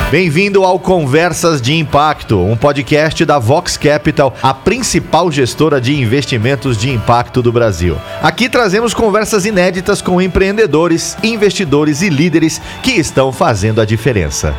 Bem-vindo ao Conversas de Impacto, um podcast da Vox Capital, a principal gestora de investimentos de impacto do Brasil. Aqui trazemos conversas inéditas com empreendedores, investidores e líderes que estão fazendo a diferença.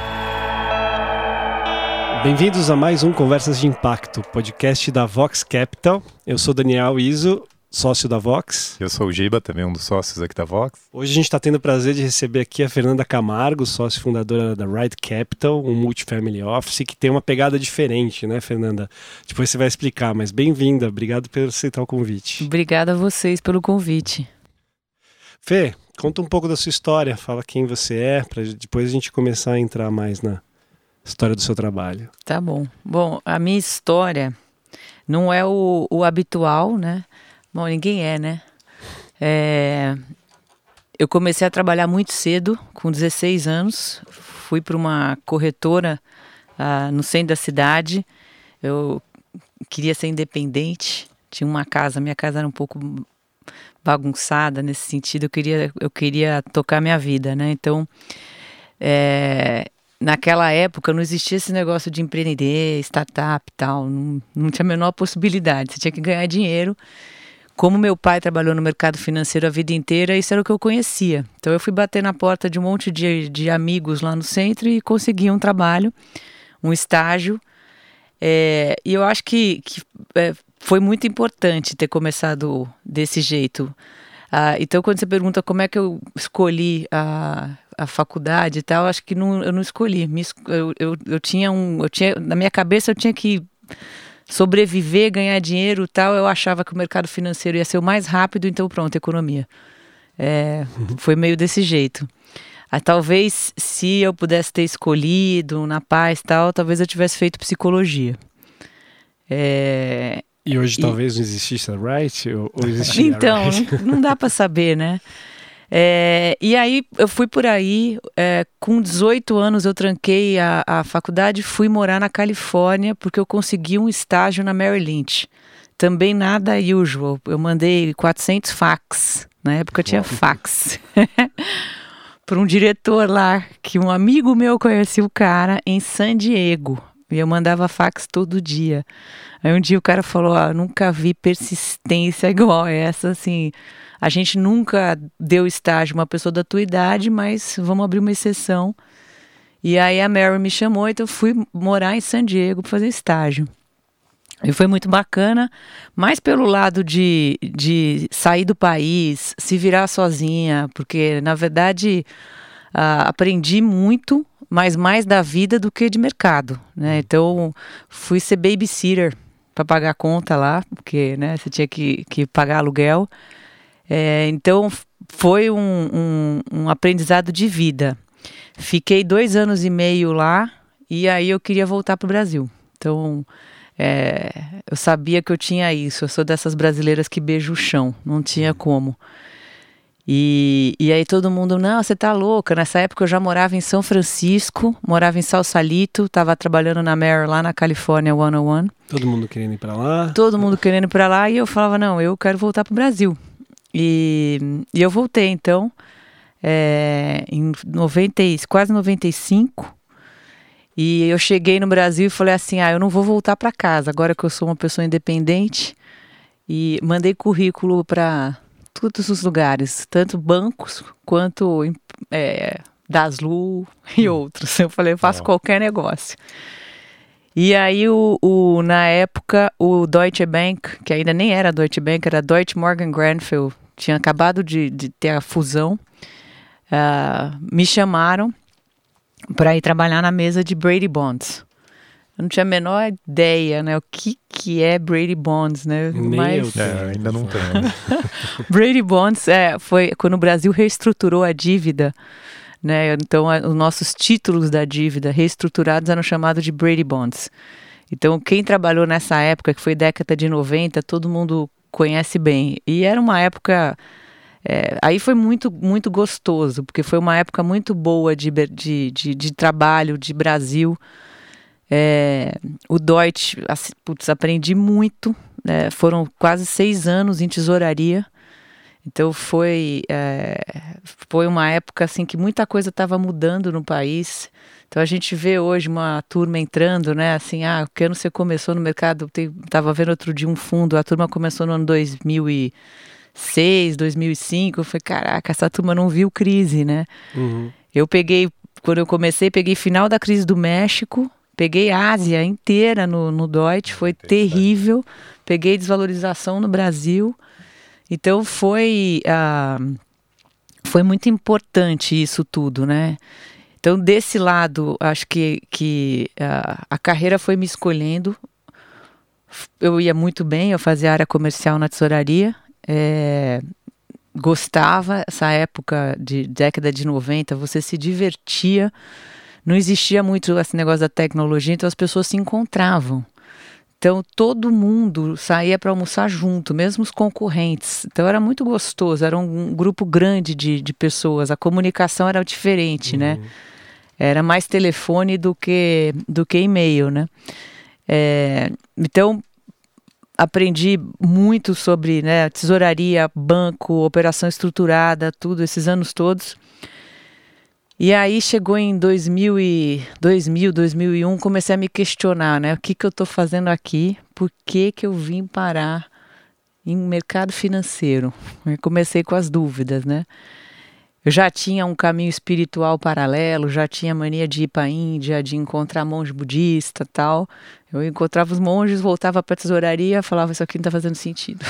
Bem-vindos a mais um Conversas de Impacto, podcast da Vox Capital. Eu sou Daniel Iso, sócio da Vox. Eu sou o Giba, também um dos sócios aqui da Vox. Hoje a gente está tendo o prazer de receber aqui a Fernanda Camargo, sócio fundadora da Ride Capital, um multifamily office que tem uma pegada diferente, né, Fernanda? Depois você vai explicar, mas bem-vinda, obrigado por aceitar o convite. Obrigada a vocês pelo convite. Fê, conta um pouco da sua história, fala quem você é, para depois a gente começar a entrar mais na história do seu trabalho. Tá bom. Bom, a minha história não é o habitual, né? Bom, ninguém é, né? Eu comecei a trabalhar muito cedo, com 16 anos. Fui para uma corretora no centro da cidade. Eu queria ser independente. Tinha uma casa, minha casa era um pouco bagunçada nesse sentido. Eu queria tocar minha vida, né? Então, naquela época não existia esse negócio de empreender, startup e tal. Não tinha a menor possibilidade. Você tinha que ganhar dinheiro. Como meu pai trabalhou no mercado financeiro a vida inteira, isso era o que eu conhecia. Então eu fui bater na porta de um monte de amigos lá no centro e consegui um trabalho, um estágio. E eu acho que foi muito importante ter começado desse jeito. Então quando você pergunta como é que eu escolhi a faculdade e tal, acho que eu não escolhi. Eu tinha na minha cabeça eu tinha que sobreviver, ganhar dinheiro e tal. Eu achava que o mercado financeiro ia ser o mais rápido, então pronto, economia. Foi meio desse jeito. Talvez se eu pudesse ter escolhido na paz e tal, talvez eu tivesse feito psicologia. E hoje talvez não existisse a Right? Ou existia então, a Right? não dá para saber, né? E aí eu fui por aí, com 18 anos eu tranquei a faculdade, fui morar na Califórnia porque eu consegui um estágio na Merrill Lynch. Também nada usual, eu mandei 400 fax, na época eu tinha fax, para um diretor lá, que um amigo meu conhecia o cara em San Diego, e eu mandava fax todo dia. Aí um dia o cara falou, nunca vi persistência igual essa, assim... A gente nunca deu estágio a uma pessoa da tua idade, mas vamos abrir uma exceção. E aí a Mary me chamou, então eu fui morar em San Diego para fazer estágio. E foi muito bacana, mais pelo lado de sair do país, se virar sozinha, porque na verdade aprendi muito, mas mais da vida do que de mercado, né? Então fui ser babysitter para pagar a conta lá, porque, né, você tinha que pagar aluguel. Então foi um aprendizado de vida. Fiquei 2 anos e meio lá e aí eu queria voltar para o Brasil. Então eu sabia que eu tinha isso. Eu sou dessas brasileiras que beijam o chão, não tinha como. E aí todo mundo, não, você tá louca. Nessa época eu já morava em São Francisco, morava em Sausalito, estava trabalhando na Merrill lá na Califórnia 101. Todo mundo querendo ir para lá? Todo mundo querendo ir para lá e eu falava, não, eu quero voltar para o Brasil. E eu voltei, então, em quase 95, e eu cheguei no Brasil e falei assim, eu não vou voltar para casa, agora que eu sou uma pessoa independente, e mandei currículo para todos os lugares, tanto bancos quanto Daslu e outros. Eu falei, eu faço qualquer negócio. E aí, na época, o Deutsche Bank, que ainda nem era Deutsche Bank, era Deutsche Morgan Grenfell, tinha acabado de ter a fusão, me chamaram para ir trabalhar na mesa de Brady Bonds. Eu não tinha a menor ideia, né, o que é Brady Bonds, né? Mas ainda não tem. Brady Bonds foi quando o Brasil reestruturou a dívida, né? Então, os nossos títulos da dívida reestruturados eram chamados de Brady Bonds. Então, quem trabalhou nessa época, que foi década de 90, todo mundo conhece bem. E era uma época... aí foi muito, muito gostoso, porque foi uma época muito boa de trabalho, de Brasil. O Deutsche, aprendi muito. Foram quase 6 anos em tesouraria. Então foi uma época assim que muita coisa estava mudando no país. Então a gente vê hoje uma turma entrando, né? Assim, que ano você começou no mercado? Tava vendo outro dia um fundo, a turma começou no ano 2006, 2005. Eu falei, caraca, essa turma não viu crise, né? Uhum. Quando eu comecei, peguei final da crise do México, peguei a Ásia inteira no Deutsche, foi terrível. Peguei desvalorização no Brasil. Então foi muito importante isso tudo, né? Então desse lado, acho que a carreira foi me escolhendo. Eu ia muito bem, eu fazia área comercial na tesouraria. Gostava, essa época de década de 90, você se divertia. Não existia muito esse negócio da tecnologia, então as pessoas se encontravam. Então, todo mundo saía para almoçar junto, mesmo os concorrentes. Então, era muito gostoso, era um grupo grande de pessoas. A comunicação era diferente, né? Era mais telefone do que e-mail, né? Então, aprendi muito sobre, né, tesouraria, banco, operação estruturada, tudo, esses anos todos. E aí chegou em 2001, comecei a me questionar, né? O que eu estou fazendo aqui? Por que eu vim parar em mercado financeiro? Eu comecei com as dúvidas, né? Eu já tinha um caminho espiritual paralelo, já tinha mania de ir para a Índia, de encontrar monge budista e tal. Eu encontrava os monges, voltava para a tesouraria, falava, isso aqui não está fazendo sentido.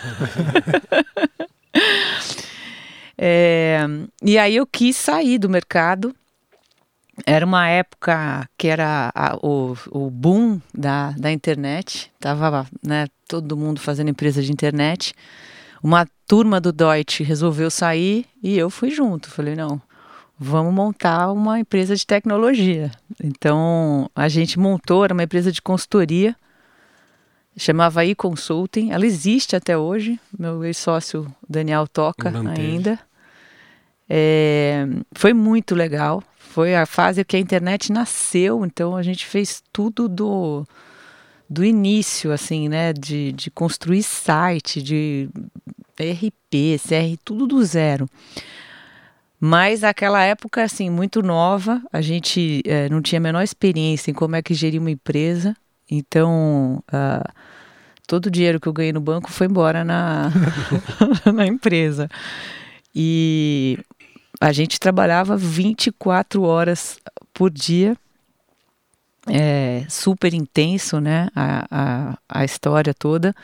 E aí eu quis sair do mercado. Era uma época que era o boom da internet. Tava, né, todo mundo fazendo empresa de internet. Uma turma do Deutsche resolveu sair e eu fui junto. Falei, não, vamos montar uma empresa de tecnologia. Então a gente montou, era uma empresa de consultoria, chamava e-Consulting. Ela existe até hoje. Meu ex-sócio Daniel toca ainda. Foi muito legal. Foi a fase que a internet nasceu. Então a gente fez tudo do início, assim, né? De construir site, de RP, CR, tudo do zero. Mas aquela época, assim, muito nova. A gente não tinha a menor experiência em como é que gerir uma empresa. Então, todo o dinheiro que eu ganhei no banco foi embora na empresa. E a gente trabalhava 24 horas por dia, super intenso, né? A história toda.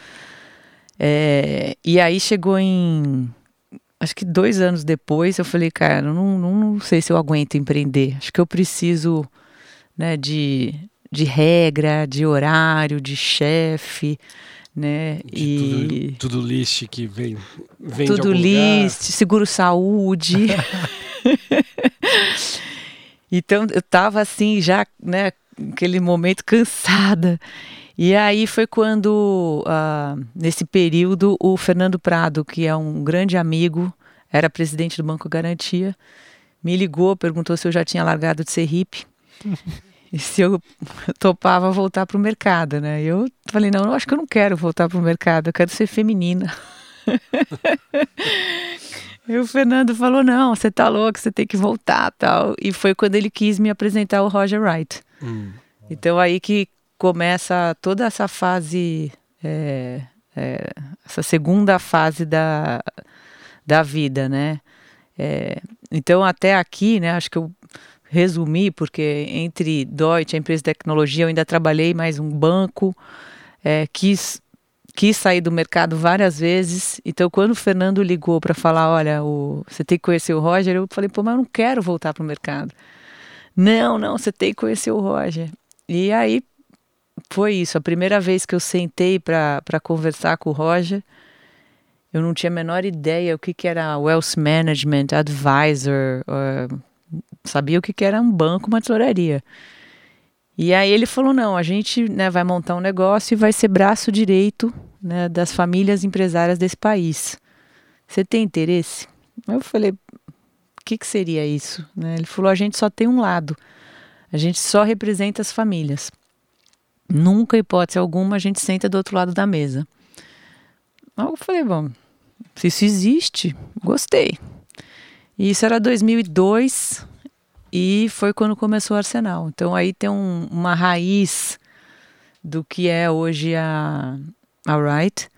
E aí chegou acho que 2 anos depois, eu falei, cara, não sei se eu aguento empreender. Acho que eu preciso, né, de regra, de horário, de chefe, né? Tudo list que vem tudo list, seguro-saúde. Então eu tava assim já, né, naquele momento cansada. E aí foi quando, nesse período, o Fernando Prado, que é um grande amigo, era presidente do Banco Garantia, me ligou, perguntou se eu já tinha largado de ser hippie. E se eu topava voltar para o mercado, né? Eu falei, não, eu acho que eu não quero voltar para o mercado, eu quero ser feminina. E o Fernando falou, não, você tá louco, você tem que voltar, tal. E foi quando ele quis me apresentar o Roger Wright. Então aí que começa toda essa fase, essa segunda fase da vida, né? Então até aqui, né, acho que eu resumi, porque entre Deutsche, a empresa de tecnologia, eu ainda trabalhei mais um banco, quis sair do mercado várias vezes. Então, quando o Fernando ligou para falar, olha, você tem que conhecer o Roger, eu falei, pô, mas eu não quero voltar para o mercado. Não, você tem que conhecer o Roger. E aí, foi isso. A primeira vez que eu sentei para conversar com o Roger, eu não tinha a menor ideia o que era Wealth Management, Advisor, sabia o que era um banco, uma tesouraria. E aí ele falou, não, a gente, né, vai montar um negócio e vai ser braço direito, né, das famílias empresárias desse país. Você tem interesse? Eu falei, o que seria isso? Né? Ele falou, a gente só tem um lado, a gente só representa as famílias. Nunca, hipótese alguma, a gente senta do outro lado da mesa. Eu falei, bom, se isso existe, gostei. E isso era 2002 e foi quando começou o Arsenal. Então aí tem uma raiz do que é hoje a Wright.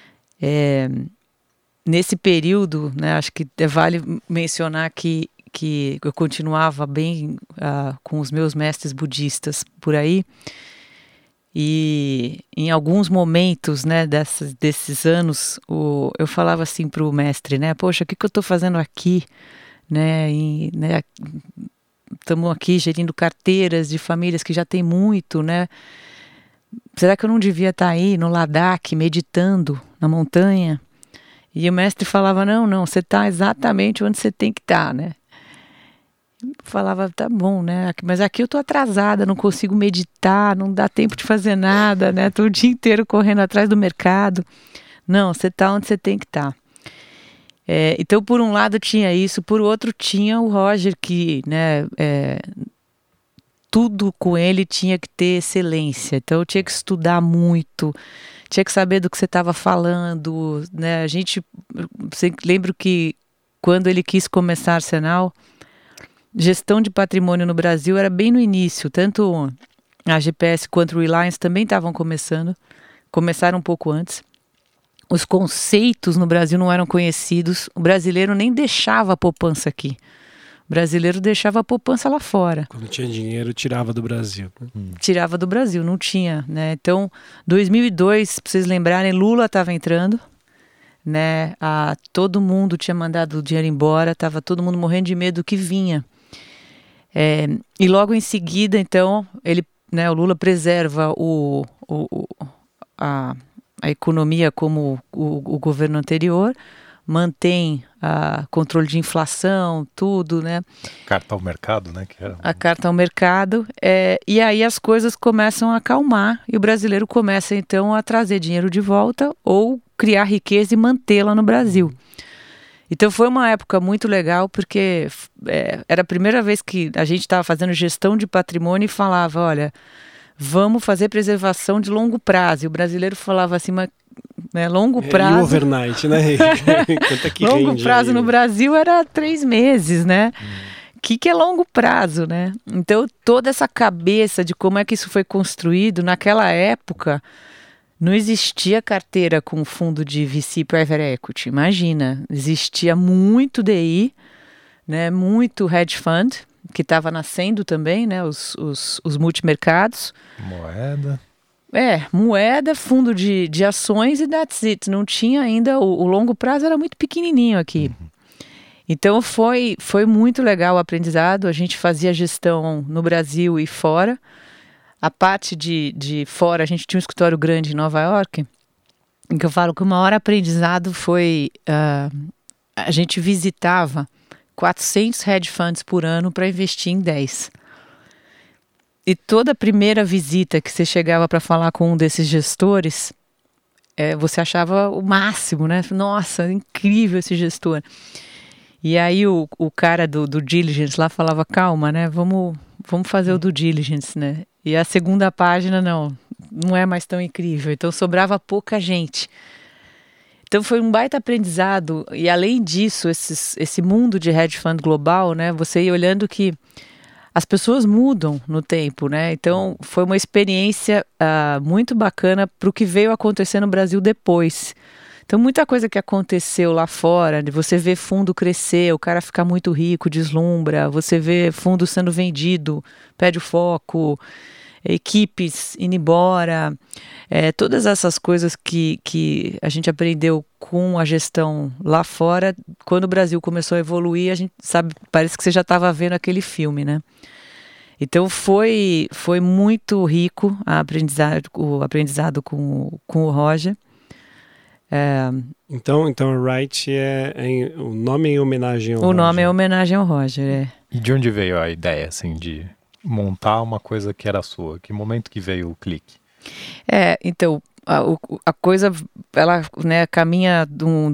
Nesse período, né, acho que vale mencionar que eu continuava bem com os meus mestres budistas por aí. E em alguns momentos, né, desses anos, eu falava assim para o mestre, né, poxa, o que eu estou fazendo aqui, né, estamos aqui gerindo carteiras de famílias que já tem muito, né, será que eu não devia estar aí no Ladakh, meditando na montanha? E o mestre falava, não, você está exatamente onde você tem que estar, né. Falava, tá bom, né? Mas aqui eu tô atrasada, não consigo meditar, não dá tempo de fazer nada, né? Tô o dia inteiro correndo atrás do mercado. Não, você tá onde você tem que estar. Então, por um lado tinha isso, por outro tinha o Roger que, né? Tudo com ele tinha que ter excelência. Então, eu tinha que estudar muito, tinha que saber do que você estava falando, né? Lembro que quando ele quis começar Arsenal, gestão de patrimônio no Brasil era bem no início, tanto a GPS quanto o Reliance também estavam começaram um pouco antes. Os conceitos no Brasil não eram conhecidos, o brasileiro nem deixava a poupança aqui. O brasileiro deixava a poupança lá fora. Quando tinha dinheiro, tirava do Brasil. Tirava do Brasil, não tinha, né? Então, 2002, para vocês lembrarem, Lula estava entrando, né? Todo mundo tinha mandado o dinheiro embora, estava todo mundo morrendo de medo do que vinha. E logo em seguida, então, o Lula preserva a economia como o governo anterior, mantém controle de inflação, tudo, né? Carta ao mercado, né? A carta ao mercado. E aí as coisas começam a acalmar e o brasileiro começa, então, a trazer dinheiro de volta ou criar riqueza e mantê-la no Brasil. Então foi uma época muito legal porque era a primeira vez que a gente estava fazendo gestão de patrimônio e falava, olha, vamos fazer preservação de longo prazo. E o brasileiro falava assim, mas longo prazo... E o overnight, né? Quanto é que longo prazo aí, no Brasil era 3 meses, né? O que é longo prazo, né? Então toda essa cabeça de como é que isso foi construído, naquela época... Não existia carteira com fundo de VC Private Equity, imagina. Existia muito DI, né, muito hedge fund, que estava nascendo também, né, os multimercados. Moeda. Moeda, fundo de ações e that's it. Não tinha ainda, o longo prazo era muito pequenininho aqui. Então foi muito legal o aprendizado, a gente fazia gestão no Brasil e fora. A parte de fora, a gente tinha um escritório grande em Nova York, em que eu falo que o maior aprendizado foi... a gente visitava 400 hedge funds por ano para investir em 10. E toda primeira visita que você chegava para falar com um desses gestores, você achava o máximo, né? Nossa, incrível esse gestor. E aí o cara do diligence lá falava, calma, né? Vamos fazer o due diligence, né? E a segunda página, não é mais tão incrível. Então, sobrava pouca gente. Então, foi um baita aprendizado. E, além disso, esse mundo de hedge fund global, né? Você ia olhando que as pessoas mudam no tempo, né? Então, foi uma experiência muito bacana para o que veio acontecer no Brasil depois. Então, muita coisa que aconteceu lá fora, de você ver fundo crescer, o cara ficar muito rico, deslumbra, você vê fundo sendo vendido, perde o foco, equipes indo embora, todas essas coisas que a gente aprendeu com a gestão lá fora, quando o Brasil começou a evoluir, a gente sabe, parece que você já estava vendo aquele filme, né? Então foi muito rico o aprendizado com o Roger. Então a Wright o nome é em homenagem ao Roger. O nome é em homenagem ao Roger, E de onde veio a ideia, assim, de montar uma coisa que era sua? Que momento que veio o clique? Então, a coisa, ela, né, caminha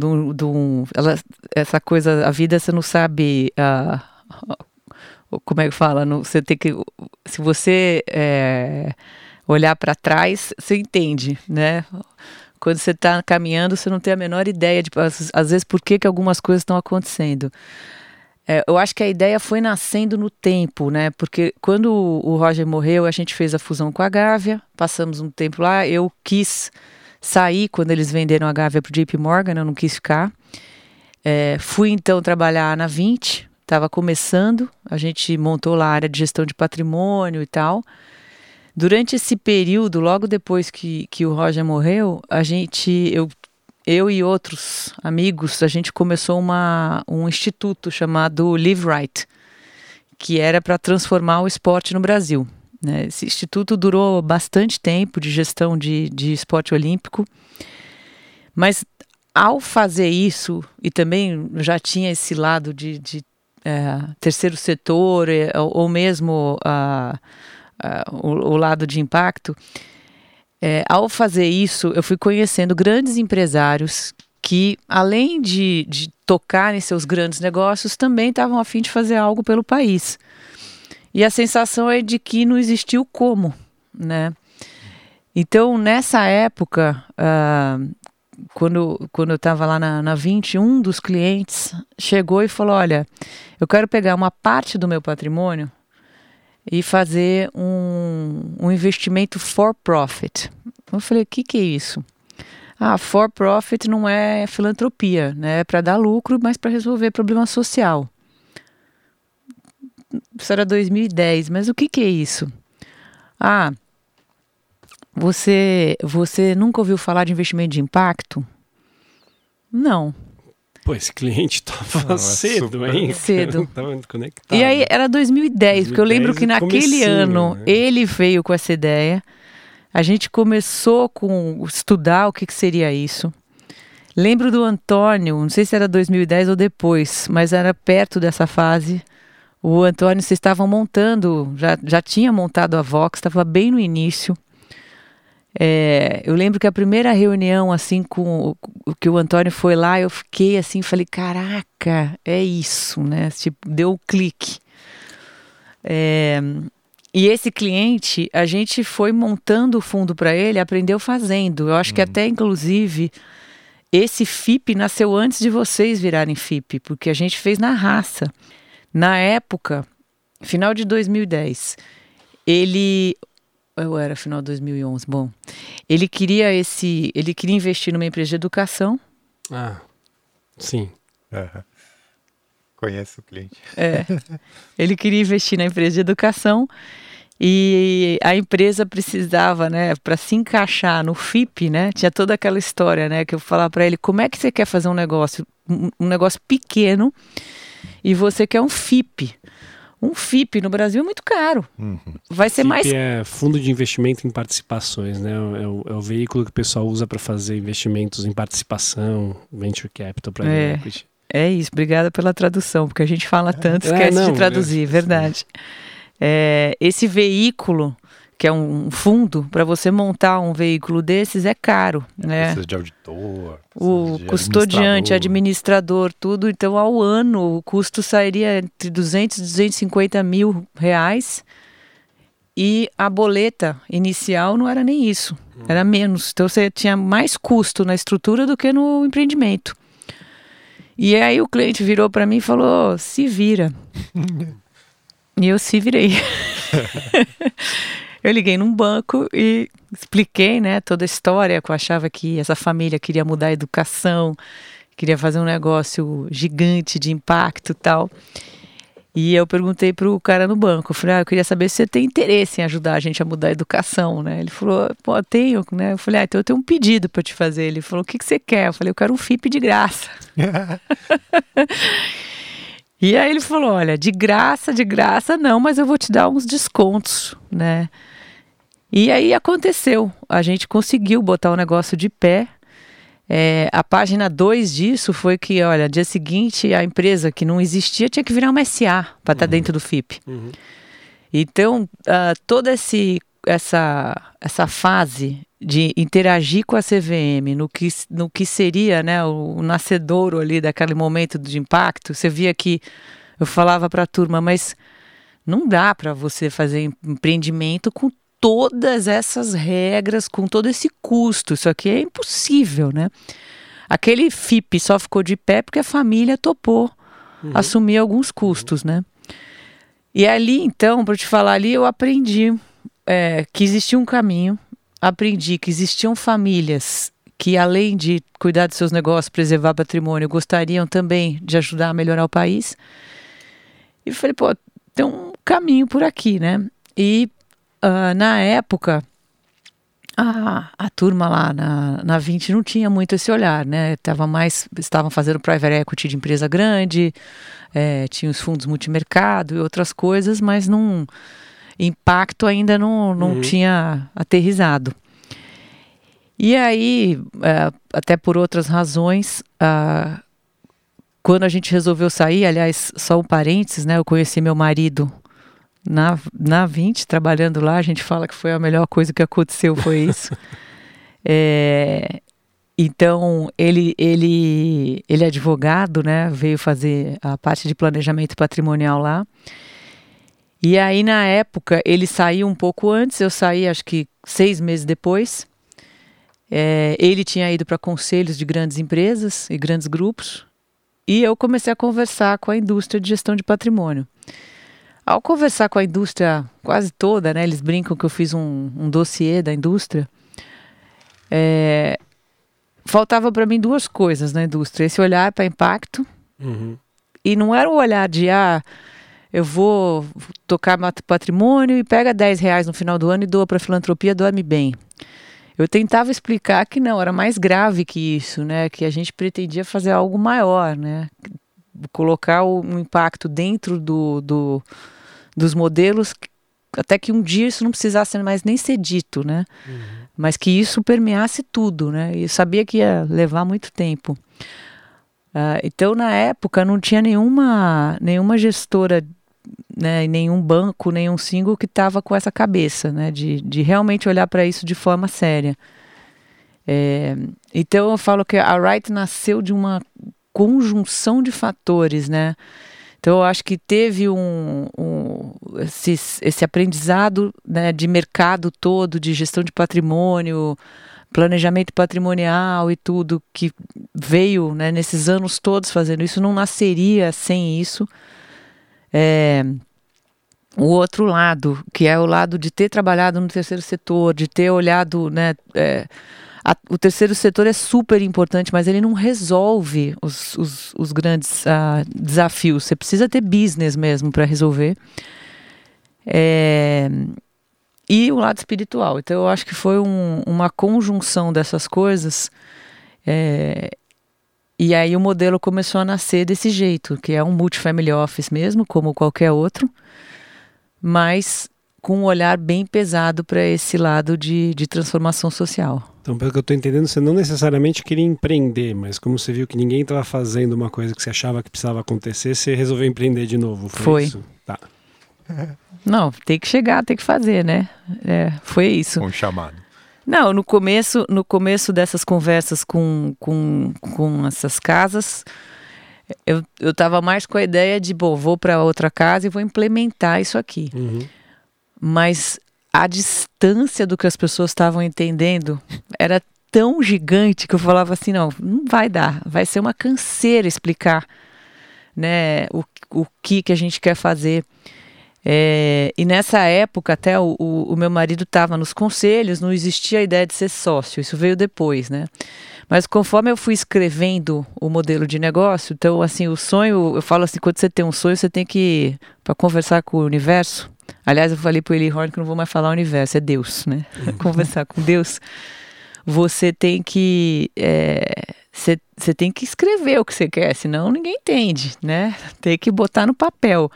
essa coisa, a vida você não sabe, como é que fala? Você tem que, se você olhar para trás, você entende, né? Quando você está caminhando, você não tem a menor ideia de, às vezes, por que algumas coisas estão acontecendo. Eu acho que a ideia foi nascendo no tempo, né? Porque quando o Roger morreu, a gente fez a fusão com a Gávea, passamos um tempo lá, eu quis sair quando eles venderam a Gávea para o JP Morgan, eu não quis ficar. Fui então trabalhar na 20, estava começando, a gente montou lá a área de gestão de patrimônio e tal. Durante esse período, logo depois que o Roger morreu, eu e outros amigos, a gente começou um instituto chamado Live Right, que era para transformar o esporte no Brasil, né? Esse instituto durou bastante tempo de gestão de esporte olímpico, mas ao fazer isso, e também já tinha esse lado de terceiro setor, ou mesmo o lado de impacto, ao fazer isso, eu fui conhecendo grandes empresários que, além de tocar em seus grandes negócios, também estavam a fim de fazer algo pelo país. E a sensação é de que não existiu como, né? Então, nessa época, quando eu estava lá na 20, um dos clientes chegou e falou, olha, eu quero pegar uma parte do meu patrimônio e fazer um investimento for profit. Eu falei, o que é isso? For profit não é filantropia, né? É para dar lucro, mas para resolver problema social. Isso era 2010, mas o que é isso? Você nunca ouviu falar de investimento de impacto? Não. Pô, esse cliente tava cedo, hein? Cedo. Tava conectado. E aí era 2010, porque eu lembro que naquele ano, né, ele veio com essa ideia. A gente começou com estudar o que seria isso. Lembro do Antônio, não sei se era 2010 ou depois, mas era perto dessa fase. O Antônio, vocês estavam montando, já tinha montado a Vox, estava bem no início. Eu lembro que a primeira reunião, assim, com o que o Antônio foi lá, eu fiquei assim, falei, caraca, é isso, né? Tipo, deu um clique. E esse cliente, a gente foi montando o fundo para ele, aprendeu fazendo. Eu acho que até, inclusive, esse FIP nasceu antes de vocês virarem FIP, porque a gente fez na raça. Na época, final de 2010, eu era final de 2011, bom, ele queria investir numa empresa de educação. Sim. Conheço o cliente. Ele queria investir na empresa de educação e a empresa precisava, né, para se encaixar no FIP, né, tinha toda aquela história, né, que eu falava para ele, como é que você quer fazer um negócio pequeno e você quer um FIP? Um FIP no Brasil é muito caro. Vai ser FIP mais... é Fundo de Investimento em Participações, né? É o veículo que o pessoal usa para fazer investimentos em participação, venture capital, para equity. É isso, obrigada pela tradução, porque a gente fala tanto, esquece de traduzir, verdade. Esse veículo, que é um fundo, para você montar um veículo desses é caro, né? Precisa de auditor, o custodiante, administrador, tudo. Então, ao ano, o custo sairia entre 200 e 250 mil reais e a boleta inicial não era nem isso, era menos. Então, você tinha mais custo na estrutura do que no empreendimento. E aí o cliente virou para mim e falou, se vira. E eu se virei. Eu liguei num banco e expliquei, né, toda a história, que eu achava que essa família queria mudar a educação, queria fazer um negócio gigante de impacto e tal. E eu perguntei pro cara no banco, eu falei, eu queria saber se você tem interesse em ajudar a gente a mudar a educação, né? Ele falou, pô, tenho, né? Eu falei, então eu tenho um pedido para te fazer. Ele falou, o que você quer? Eu falei, eu quero um FIP de graça. E aí ele falou, olha, de graça não, mas eu vou te dar uns descontos, né? E aí aconteceu, a gente conseguiu botar o negócio de pé. A página 2 disso foi que, olha, dia seguinte a empresa que não existia tinha que virar uma SA para estar dentro do FIP. Então, toda essa fase de interagir com a CVM no que seria, né, o nascedouro ali daquele momento de impacto, você via que eu falava para a turma, mas não dá para você fazer empreendimento com todas essas regras, com todo esse custo. Isso aqui é impossível, né? Aquele FIP só ficou de pé porque a família topou assumir alguns custos, né? E ali, então, para te falar, ali eu aprendi que existia um caminho, aprendi que existiam famílias que, além de cuidar dos seus negócios, preservar patrimônio, gostariam também de ajudar a melhorar o país. E falei, pô, tem um caminho por aqui, né? E na época, a turma lá na 20 não tinha muito esse olhar, né? Estavam fazendo private equity de empresa grande, tinha os fundos multimercado e outras coisas, mas impacto ainda não tinha aterrissado. E aí, até por outras razões, quando a gente resolveu sair, aliás, só um parênteses, né? Eu conheci meu marido na 20, trabalhando lá, a gente fala que foi a melhor coisa que aconteceu, foi isso. Então, ele é advogado, né? Veio fazer a parte de planejamento patrimonial lá. E aí, na época, ele saiu um pouco antes, eu saí acho que 6 meses depois. Ele tinha ido para conselhos de grandes empresas e grandes grupos. E eu comecei a conversar com a indústria de gestão de patrimônio. Ao conversar com a indústria quase toda, né, eles brincam que eu fiz um dossiê da indústria, faltava para mim 2 coisas na indústria. Esse olhar para impacto, e não era o olhar de, eu vou tocar patrimônio e pega R$10 no final do ano e doa para filantropia, dorme bem. Eu tentava explicar que não, era mais grave que isso, né, que a gente pretendia fazer algo maior, né, colocar um impacto dentro dos modelos, até que um dia isso não precisasse mais nem ser dito, né? Mas que isso permeasse tudo, né? E eu sabia que ia levar muito tempo. Então, na época, não tinha nenhuma gestora, né, nenhum banco, nenhum single que estava com essa cabeça, né? De realmente olhar para isso de forma séria. Então, eu falo que a Wright nasceu de uma conjunção de fatores, né? Então, eu acho que teve esse aprendizado, né, de mercado todo, de gestão de patrimônio, planejamento patrimonial e tudo, que veio, né, nesses anos todos fazendo isso, não nasceria sem isso. O outro lado, que é o lado de ter trabalhado no terceiro setor, de ter olhado, né, o terceiro setor é super importante, mas ele não resolve os grandes desafios. Você precisa ter business mesmo para resolver. E o lado espiritual. Então, eu acho que foi uma conjunção dessas coisas. E aí o modelo começou a nascer desse jeito, que é um multifamily office mesmo, como qualquer outro, mas com um olhar bem pesado para esse lado de transformação social. Então, pelo que eu estou entendendo, você não necessariamente queria empreender, mas como você viu que ninguém estava fazendo uma coisa que você achava que precisava acontecer, você resolveu empreender de novo, foi isso? Tá. Não, tem que chegar, tem que fazer, né? Foi isso. Um chamado. Não, no começo dessas conversas com essas casas, eu estava mais com a ideia de, vou para outra casa e vou implementar isso aqui. Mas a distância do que as pessoas estavam entendendo era tão gigante que eu falava assim, não vai dar, vai ser uma canseira explicar, né, o que a gente quer fazer. E nessa época até o meu marido estava nos conselhos, não existia a ideia de ser sócio, isso veio depois, né? Mas conforme eu fui escrevendo o modelo de negócio, então assim, o sonho, eu falo assim, quando você tem um sonho, você tem que, para conversar com o universo, aliás, eu falei para o Eli Horn que não vou mais falar universo, é Deus, né? Conversar com Deus, você tem que você tem que escrever o que você quer, senão ninguém entende, né? Tem que botar no papel.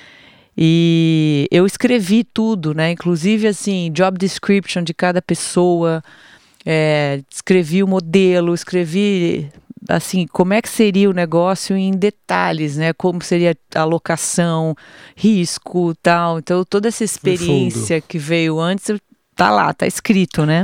E eu escrevi tudo, né? Inclusive, assim, job description de cada pessoa, escrevi o modelo, escrevi, assim, como é que seria o negócio em detalhes, né? Como seria a alocação, risco, tal. Então, toda essa experiência que veio antes, tá lá, tá escrito, né?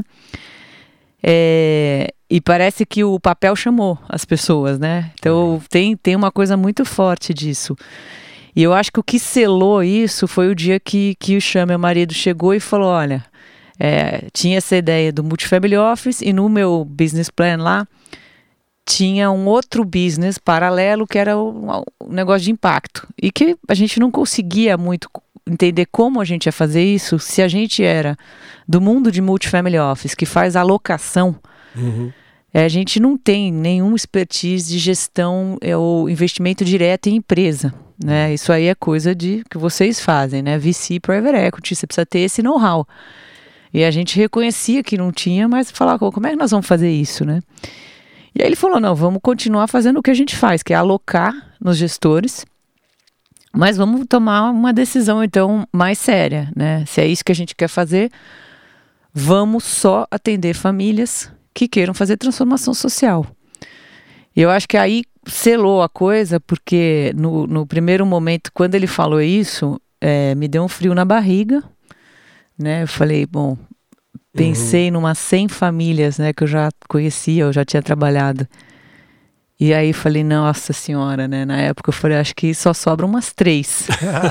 E parece que o papel chamou as pessoas, né? Então, tem uma coisa muito forte disso. E eu acho que o que selou isso foi o dia que o Cham, meu marido, chegou e falou, olha, tinha essa ideia do Multifamily Office e no meu business plan lá tinha um outro business paralelo que era o negócio de impacto e que a gente não conseguia muito entender como a gente ia fazer isso se a gente era do mundo de Multifamily Office, que faz alocação. A gente não tem nenhuma expertise de gestão ou investimento direto em empresa, né? Isso aí é coisa que vocês fazem, né? VC, Private Equity, você precisa ter esse know-how. E a gente reconhecia que não tinha, mas falava, como é que nós vamos fazer isso, né? E aí ele falou, não, vamos continuar fazendo o que a gente faz, que é alocar nos gestores, mas vamos tomar uma decisão, então, mais séria, né? Se é isso que a gente quer fazer, vamos só atender famílias que queiram fazer transformação social. E eu acho que aí selou a coisa, porque no primeiro momento, quando ele falou isso, me deu um frio na barriga, né? Eu falei, bom, pensei numas 100 famílias, né, que eu já conhecia, eu já tinha trabalhado. E aí falei, nossa senhora, né? Na época eu falei, acho que só sobram umas 3.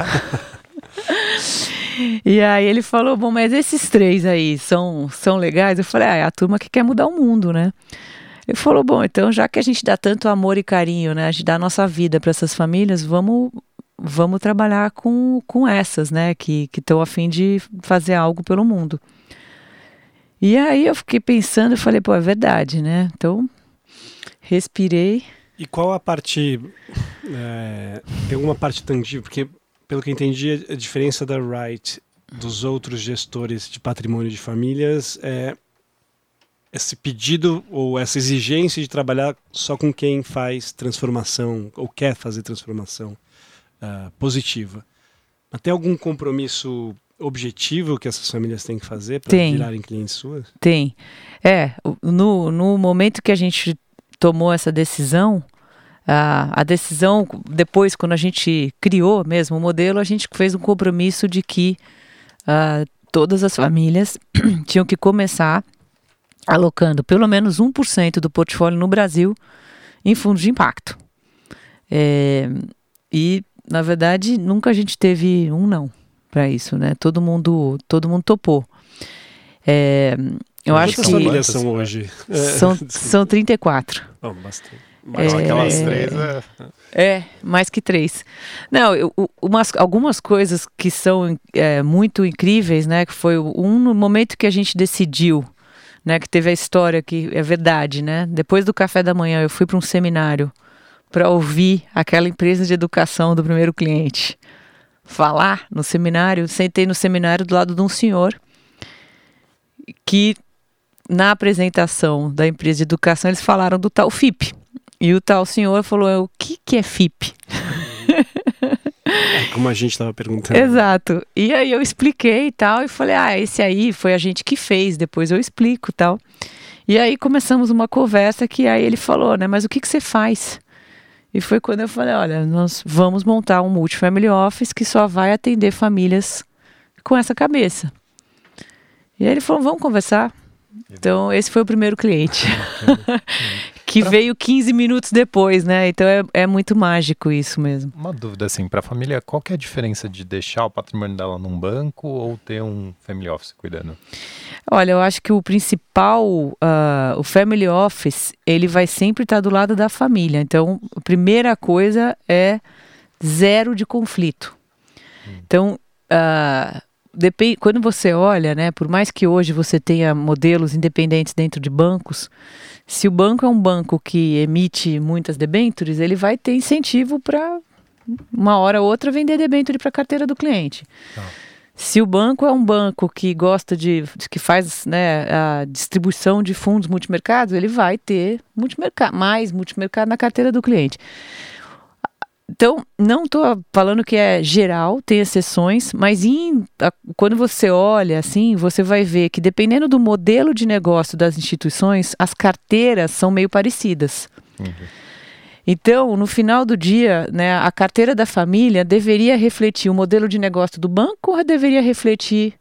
E aí ele falou, bom, mas esses 3 aí são legais? Eu falei, é a turma que quer mudar o mundo, né? Ele falou, bom, então já que a gente dá tanto amor e carinho, né? A gente dá a nossa vida para essas famílias, vamos trabalhar com essas, né? Que estão a fim de fazer algo pelo mundo. E aí eu fiquei pensando e falei, pô, é verdade, né? Então, respirei. E qual a parte... tem alguma parte tangível? Porque, pelo que eu entendi, a diferença da Wright dos outros gestores de patrimônio de famílias é esse pedido ou essa exigência de trabalhar só com quem faz transformação ou quer fazer transformação positiva. Mas tem algum compromisso objetivo que essas famílias têm que fazer para virarem clientes suas? Tem. No momento que a gente tomou essa decisão, a decisão, depois, quando a gente criou mesmo o modelo, a gente fez um compromisso de que todas as famílias tinham que começar alocando pelo menos 1% do portfólio no Brasil em fundos de impacto. E, na verdade, nunca a gente teve não para isso, né? Todo mundo topou. Eu acho que... Quantas famílias são hoje? São 34. Oh, bastante. Mas aquelas 3 mais que 3. Não, algumas coisas que são muito incríveis, né? Que foi no momento que a gente decidiu, né? Que teve a história que é verdade, né? Depois do café da manhã eu fui para um seminário para ouvir aquela empresa de educação do primeiro cliente falar no seminário. Sentei no seminário do lado de um senhor que na apresentação da empresa de educação eles falaram do tal FIP. E o tal senhor falou, o que é FIP? Como a gente estava perguntando. Exato. E aí eu expliquei e tal, e falei, esse aí foi a gente que fez, depois eu explico e tal. E aí começamos uma conversa que aí ele falou, né, mas o que você faz? E foi quando eu falei, olha, nós vamos montar um Multifamily Office que só vai atender famílias com essa cabeça. E aí ele falou, vamos conversar? Então esse foi o primeiro cliente. Que veio 15 minutos depois, né? Então é muito mágico isso mesmo. Uma dúvida, assim, para a família, qual que é a diferença de deixar o patrimônio dela num banco ou ter um family office cuidando? Olha, eu acho que o principal, o family office, ele vai sempre estar do lado da família. Então, a primeira coisa é 0 de conflito. Então, quando você olha, né, por mais que hoje você tenha modelos independentes dentro de bancos, se o banco é um banco que emite muitas debêntures, ele vai ter incentivo para, uma hora ou outra, vender debênture para a carteira do cliente. Se o banco é um banco que gosta que faz, né, a distribuição de fundos multimercados, ele vai ter mais multimercado na carteira do cliente. Então, não estou falando que é geral, tem exceções, mas quando você olha assim, você vai ver que dependendo do modelo de negócio das instituições, as carteiras são meio parecidas. Então, no final do dia, né, a carteira da família deveria refletir o modelo de negócio do banco ou deveria refletir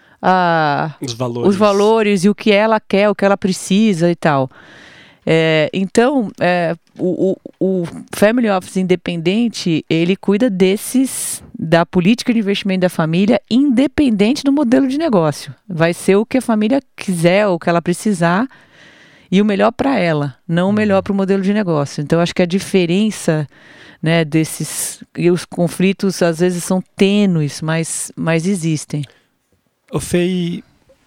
os valores e o que ela quer, o que ela precisa e tal. Então, o Family Office independente, ele cuida da política de investimento da família, independente do modelo de negócio. Vai ser o que a família quiser, ou o que ela precisar, e o melhor para ela, não o melhor para o modelo de negócio. Então, acho que a diferença, né, e os conflitos às vezes são tênues, mas existem. Ô Fê,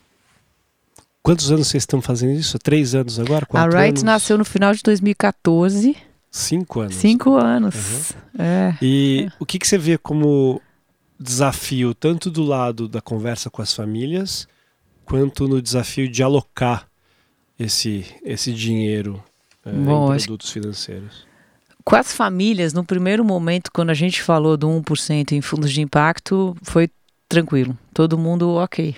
quantos anos vocês estão fazendo isso? 3 anos agora? 4 A Wright anos? nasceu no final de 2014. 5 anos. 5 anos. Uhum. É. E o que você vê como desafio, tanto do lado da conversa com as famílias, quanto no desafio de alocar esse dinheiro em produtos financeiros? Com as famílias, no primeiro momento, quando a gente falou do 1% em fundos de impacto, foi tranquilo. Todo mundo ok.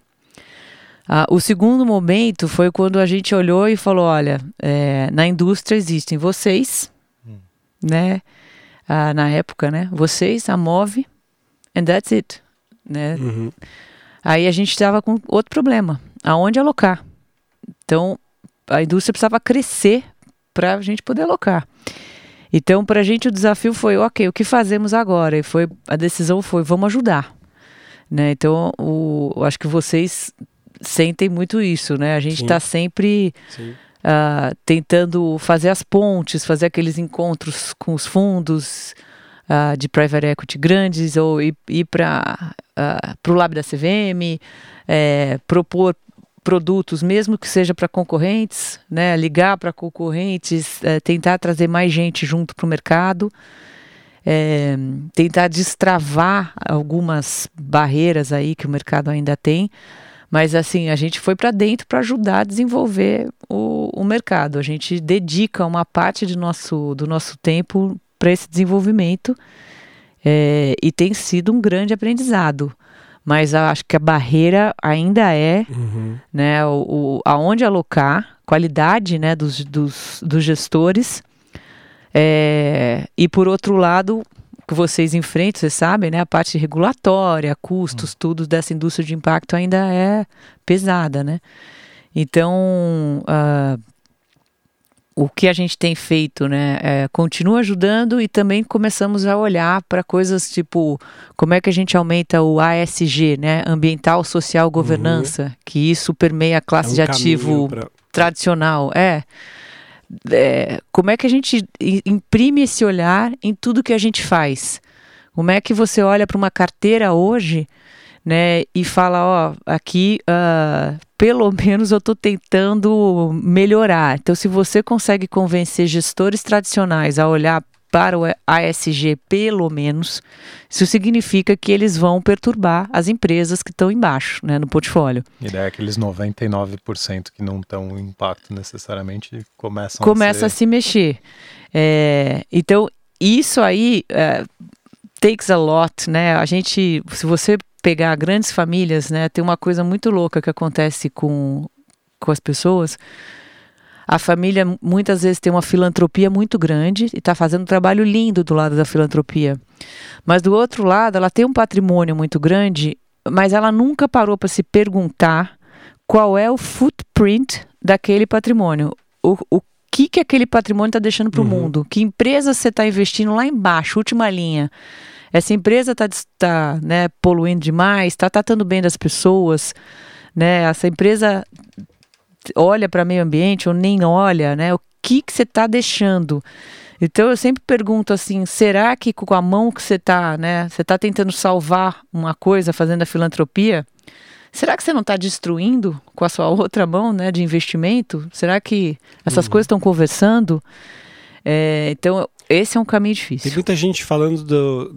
O segundo momento foi quando a gente olhou e falou, olha, na indústria existem vocês, né? Na época, né? Vocês, a Move, and that's it. Né? Uhum. Aí a gente estava com outro problema. Aonde alocar? Então, a indústria precisava crescer para a gente poder alocar. Então, para a gente o desafio foi, ok, o que fazemos agora? E a decisão foi, vamos ajudar. Né? Então, eu acho que vocês sentem muito isso, né? A gente está sempre tentando fazer as pontes, fazer aqueles encontros com os fundos de private equity grandes, ou ir para o lab da CVM, propor produtos, mesmo que seja para concorrentes, né? Ligar para concorrentes, tentar trazer mais gente junto para o mercado, tentar destravar algumas barreiras aí que o mercado ainda tem. Mas assim, a gente foi para dentro para ajudar a desenvolver o mercado. A gente dedica uma parte do nosso tempo para esse desenvolvimento, e tem sido um grande aprendizado. Mas acho que a barreira ainda é, né, aonde alocar, qualidade, né, dos gestores, e por outro lado, que vocês enfrentam, vocês sabem, né, a parte regulatória, custos, tudo dessa indústria de impacto ainda é pesada, né? Então, o que a gente tem feito, né, continua ajudando, e também começamos a olhar para coisas tipo, como é que a gente aumenta o ASG, né, ambiental, social, governança, que isso permeia a classe de ativo tradicional, como é que a gente imprime esse olhar em tudo que a gente faz? Como é que você olha para uma carteira hoje, né, e fala, aqui pelo menos eu estou tentando melhorar. Então, se você consegue convencer gestores tradicionais a olhar para o ASG pelo menos, isso significa que eles vão perturbar as empresas que estão embaixo, né, no portfólio. E daí aqueles 99% que não estão em impacto necessariamente começam a se mexer. Então, isso aí takes a lot, né? A gente, se você pegar grandes famílias, né, tem uma coisa muito louca que acontece com as pessoas. A família muitas vezes tem uma filantropia muito grande e está fazendo um trabalho lindo do lado da filantropia. Mas do outro lado, ela tem um patrimônio muito grande, mas ela nunca parou para se perguntar qual é o footprint daquele patrimônio. O que aquele patrimônio está deixando para o mundo? Que empresa você está investindo lá embaixo, última linha? Essa empresa está né, poluindo demais, está tratando bem das pessoas, né? Essa empresa olha para o meio ambiente ou nem olha, né? O que você está deixando? Então eu sempre pergunto assim, será que com a mão que você está, né? Você está tentando salvar uma coisa fazendo a filantropia? Será que você não está destruindo com a sua outra mão, né, de investimento? Será que essas coisas estão conversando? Então esse é um caminho difícil. Tem muita gente falando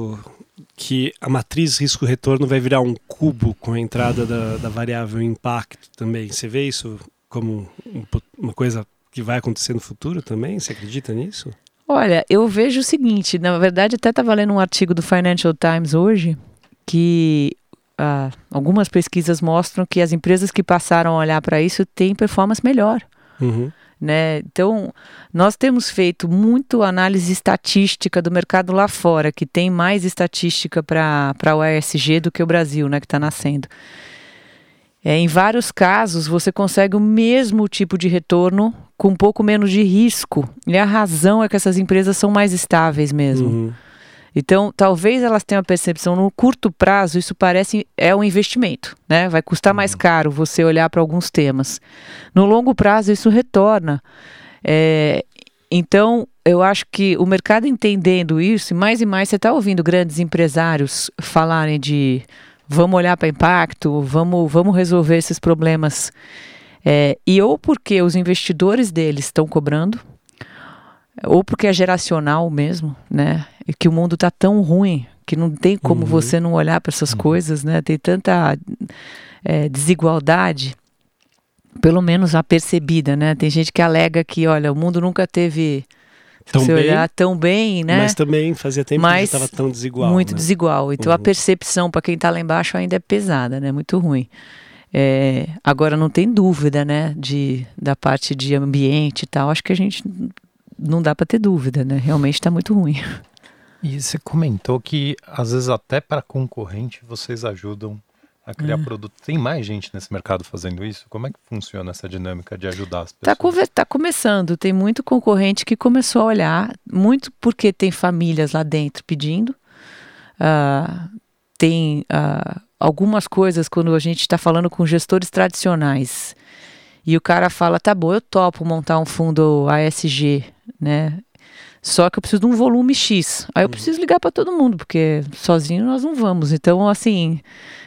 que a matriz risco-retorno vai virar um cubo com a entrada da variável impacto também. Você vê isso como uma coisa que vai acontecer no futuro também? Você acredita nisso? Olha, eu vejo o seguinte, na verdade até estava lendo um artigo do Financial Times hoje, que algumas pesquisas mostram que as empresas que passaram a olhar para isso têm performance melhor. Né? Então, nós temos feito muito análise estatística do mercado lá fora, que tem mais estatística para o ESG do que o Brasil, né, que está nascendo. Em vários casos, você consegue o mesmo tipo de retorno com um pouco menos de risco. E a razão é que essas empresas são mais estáveis mesmo. Então, talvez elas tenham a percepção, no curto prazo, isso parece um investimento, né? Vai custar mais caro você olhar para alguns temas. No longo prazo, isso retorna. Então, eu acho que o mercado entendendo isso, e mais você está ouvindo grandes empresários falarem de vamos olhar para impacto, vamos resolver esses problemas. E ou porque os investidores deles estão cobrando, ou porque é geracional mesmo, né? E que o mundo está tão ruim que não tem como você não olhar para essas coisas, né? Tem tanta desigualdade, pelo menos a percebida, né? Tem gente que alega que, olha, o mundo nunca teve tão bem, né? Mas também fazia tempo que já estava tão desigual. Muito, né? desigual. Então a percepção para quem está lá embaixo ainda é pesada, né? Muito ruim. Agora não tem dúvida, né? Da parte de ambiente e tal. Acho que a gente não dá para ter dúvida, né? Realmente está muito ruim. E você comentou que às vezes até para concorrente vocês ajudam a criar produto. Tem mais gente nesse mercado fazendo isso? Como é que funciona essa dinâmica de ajudar as pessoas? Tá começando. Tem muito concorrente que começou a olhar, muito porque tem famílias lá dentro pedindo. Tem algumas coisas quando a gente está falando com gestores tradicionais e o cara fala, tá bom, eu topo montar um fundo ASG, né? Só que eu preciso de um volume X. Aí eu preciso ligar para todo mundo, porque sozinho nós não vamos. Então, assim...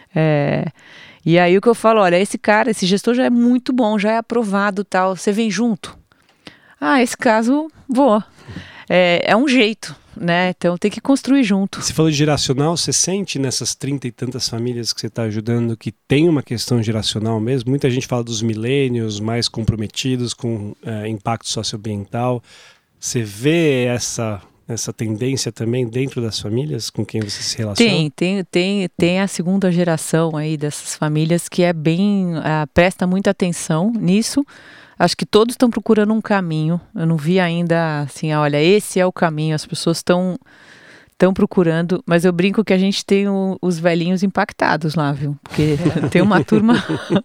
E aí o que eu falo, olha, esse gestor já é muito bom, já é aprovado, tal, você vem junto? Esse caso, vou. É um jeito, né? Então tem que construir junto. Você falou de geracional, você sente nessas 30 e tantas famílias que você está ajudando que tem uma questão geracional mesmo? Muita gente fala dos millennials mais comprometidos com impacto socioambiental. Você vê essa tendência também dentro das famílias com quem você se relaciona? Tem a segunda geração aí dessas famílias que presta muita atenção nisso. Acho que todos estão procurando um caminho. Eu não vi ainda assim, olha, esse é o caminho. As pessoas estão procurando, mas eu brinco que a gente tem os velhinhos impactados lá, viu? Porque tem uma turma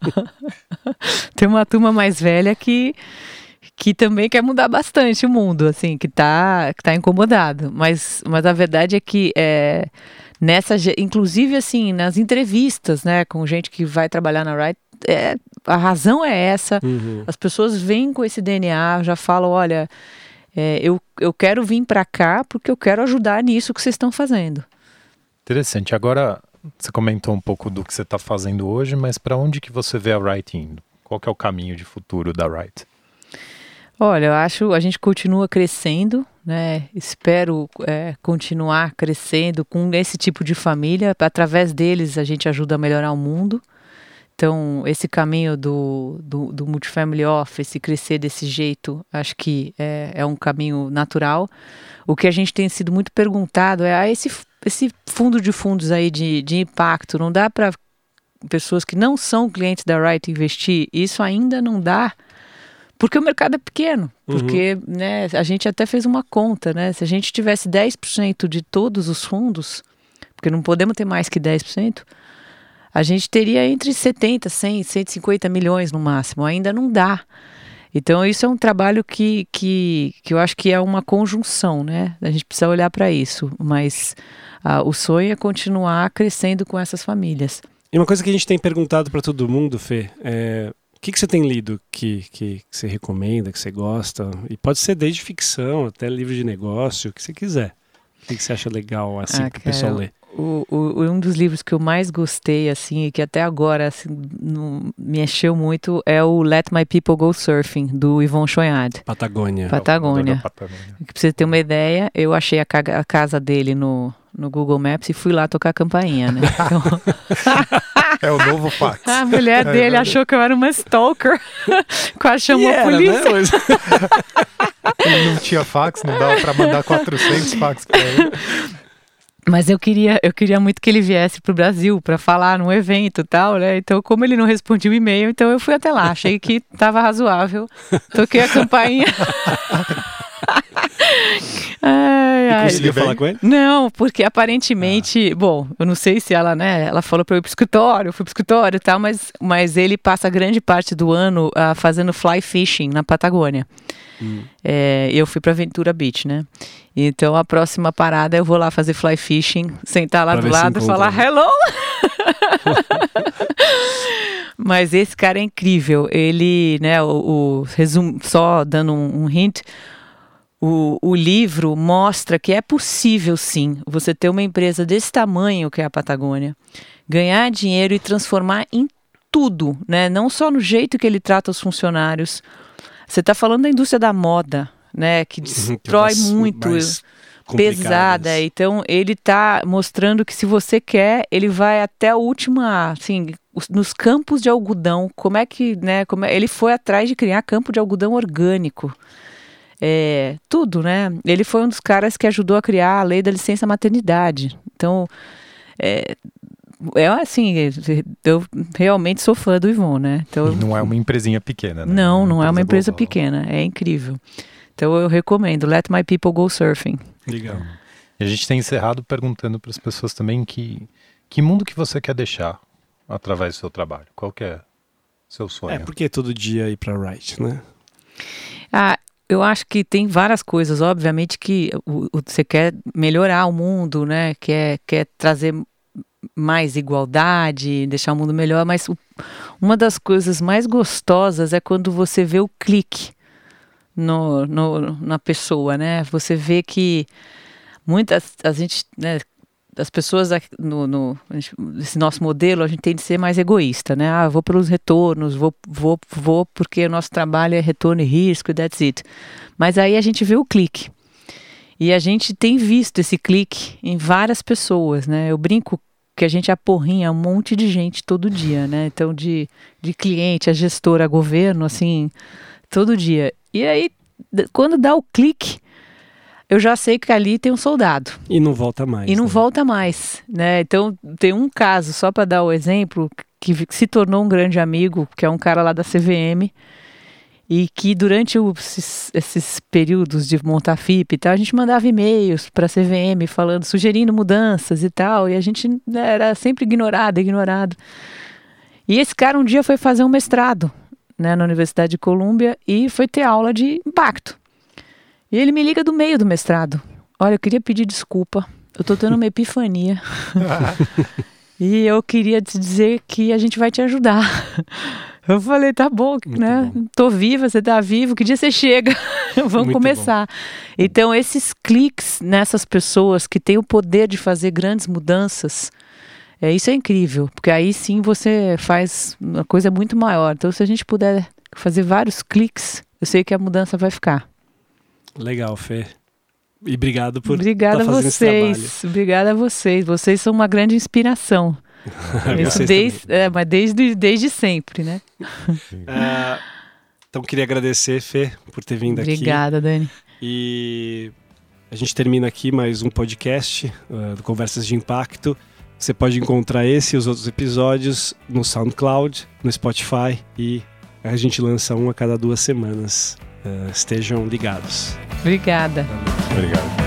tem uma turma mais velha que também quer mudar bastante o mundo, assim, que tá incomodado. Mas a verdade é que inclusive assim, nas entrevistas, né, com gente que vai trabalhar na Wright, a razão é essa. As pessoas vêm com esse DNA, já falam, olha, eu quero vir para cá porque eu quero ajudar nisso que vocês estão fazendo. Interessante. Agora, você comentou um pouco do que você está fazendo hoje, mas para onde que você vê a Wright indo? Qual que é o caminho de futuro da Wright? Olha, eu acho a gente continua crescendo, né? Espero continuar crescendo com esse tipo de família. Através deles a gente ajuda a melhorar o mundo. Então, esse caminho do Multifamily Office, crescer desse jeito, acho que é um caminho natural. O que a gente tem sido muito perguntado esse fundo de fundos aí de impacto, não dá para pessoas que não são clientes da Wright investir? Isso ainda não dá, porque o mercado é pequeno. Porque né, a gente até fez uma conta, né? Se a gente tivesse 10% de todos os fundos, porque não podemos ter mais que 10%, a gente teria entre 70, 100, 150 milhões no máximo. Ainda não dá. Então, isso é um trabalho que eu acho que é uma conjunção, né? A gente precisa olhar para isso. Mas o sonho é continuar crescendo com essas famílias. E uma coisa que a gente tem perguntado para todo mundo, Fê, o que você tem lido que você recomenda, que você gosta? E pode ser desde ficção até livro de negócio, o que você quiser. O que você acha legal, assim, que o pessoal lê? Um dos livros que eu mais gostei, assim, e que até agora assim, me encheu muito, é o Let My People Go Surfing, do Yvon Chouinard. Patagônia. Pra você ter uma ideia, eu achei a casa dele no Google Maps e fui lá tocar a campainha, né? Então... É o novo fax. A mulher dele achou que eu era uma stalker. Quase chamou a polícia. Né? Ele não tinha fax, não dava pra mandar 400 fax pra ele. Mas eu queria muito que ele viesse pro Brasil para falar num evento e tal, né? Então, como ele não respondia o e-mail, então eu fui até lá. Achei que tava razoável. Toquei a campainha. verdade. Conseguiu falar com ele? Não, porque aparentemente, bom, eu não sei se ela, né, ela falou pra eu ir pro escritório, eu fui pro escritório e tal, mas ele passa grande parte do ano fazendo fly fishing na Patagônia. Eu fui pra Ventura Beach, né? Então a próxima parada eu vou lá fazer fly fishing, sentar lá do lado e falar hello! Mas esse cara é incrível. Ele, né, o resumo, só dando um hint, o livro mostra que é possível sim você ter uma empresa desse tamanho que é a Patagônia, ganhar dinheiro e transformar em tudo, né? Não só no jeito que ele trata os funcionários. Você está falando da indústria da moda, né? Que destrói muito, pesada. Então ele está mostrando que se você quer, ele vai até a última, assim, nos campos de algodão. Como é que, né? Ele foi atrás de criar campo de algodão orgânico. Tudo, né? Ele foi um dos caras que ajudou a criar a lei da licença maternidade. Então, assim, eu realmente sou fã do Yvon, né? Então, e não é uma empresinha pequena, né? Não é uma empresa pequena, é incrível. Então eu recomendo, Let My People Go Surfing. Legal. E a gente tem encerrado perguntando para as pessoas também que mundo que você quer deixar através do seu trabalho? Qual que é seu sonho? Porque todo dia ir para Wright, né? Eu acho que tem várias coisas, obviamente que você quer melhorar o mundo, né? Quer trazer mais igualdade, deixar o mundo melhor, mas uma das coisas mais gostosas é quando você vê o clique na pessoa, né? Você vê que as pessoas nesse nosso modelo, a gente tem de ser mais egoísta, né? Eu vou pelos retornos, vou porque o nosso trabalho é retorno e risco e that's it. Mas aí a gente vê o clique. E a gente tem visto esse clique em várias pessoas, né? Eu brinco que a gente aporrinha um monte de gente todo dia, né? Então, de cliente, a gestora, a governo, assim, todo dia. E aí, quando dá o clique, eu já sei que ali tem um soldado. E não volta mais. E não volta mais, né? Então, tem um caso, só para dar o exemplo, que se tornou um grande amigo, que é um cara lá da CVM, e que durante esses períodos de montar FIP e tal, a gente mandava e-mails para a CVM sugerindo mudanças e tal, e a gente era sempre ignorado. E esse cara um dia foi fazer um mestrado, né, na Universidade de Colômbia e foi ter aula de impacto. E ele me liga do meio do mestrado. Olha, eu queria pedir desculpa, eu tô tendo uma epifania e eu queria te dizer que a gente vai te ajudar. Eu falei, tá bom, muito né? Bom. Tô viva, você tá vivo, que dia você chega? Vamos começar. Bom. Então, esses cliques nessas pessoas que têm o poder de fazer grandes mudanças, isso é incrível, porque aí sim você faz uma coisa muito maior. Então, se a gente puder fazer vários cliques, eu sei que a mudança vai ficar. Legal, Fê. E obrigado por Obrigada a vocês. Obrigada a vocês. Vocês são uma grande inspiração. Isso mas desde sempre, né? Então queria agradecer, Fê, por ter vindo aqui. Obrigada, Dani. E a gente termina aqui mais um podcast do Conversas de Impacto. Você pode encontrar esse e os outros episódios no SoundCloud, no Spotify, e a gente lança um a cada 2 semanas. Estejam ligados. Obrigada. Obrigado.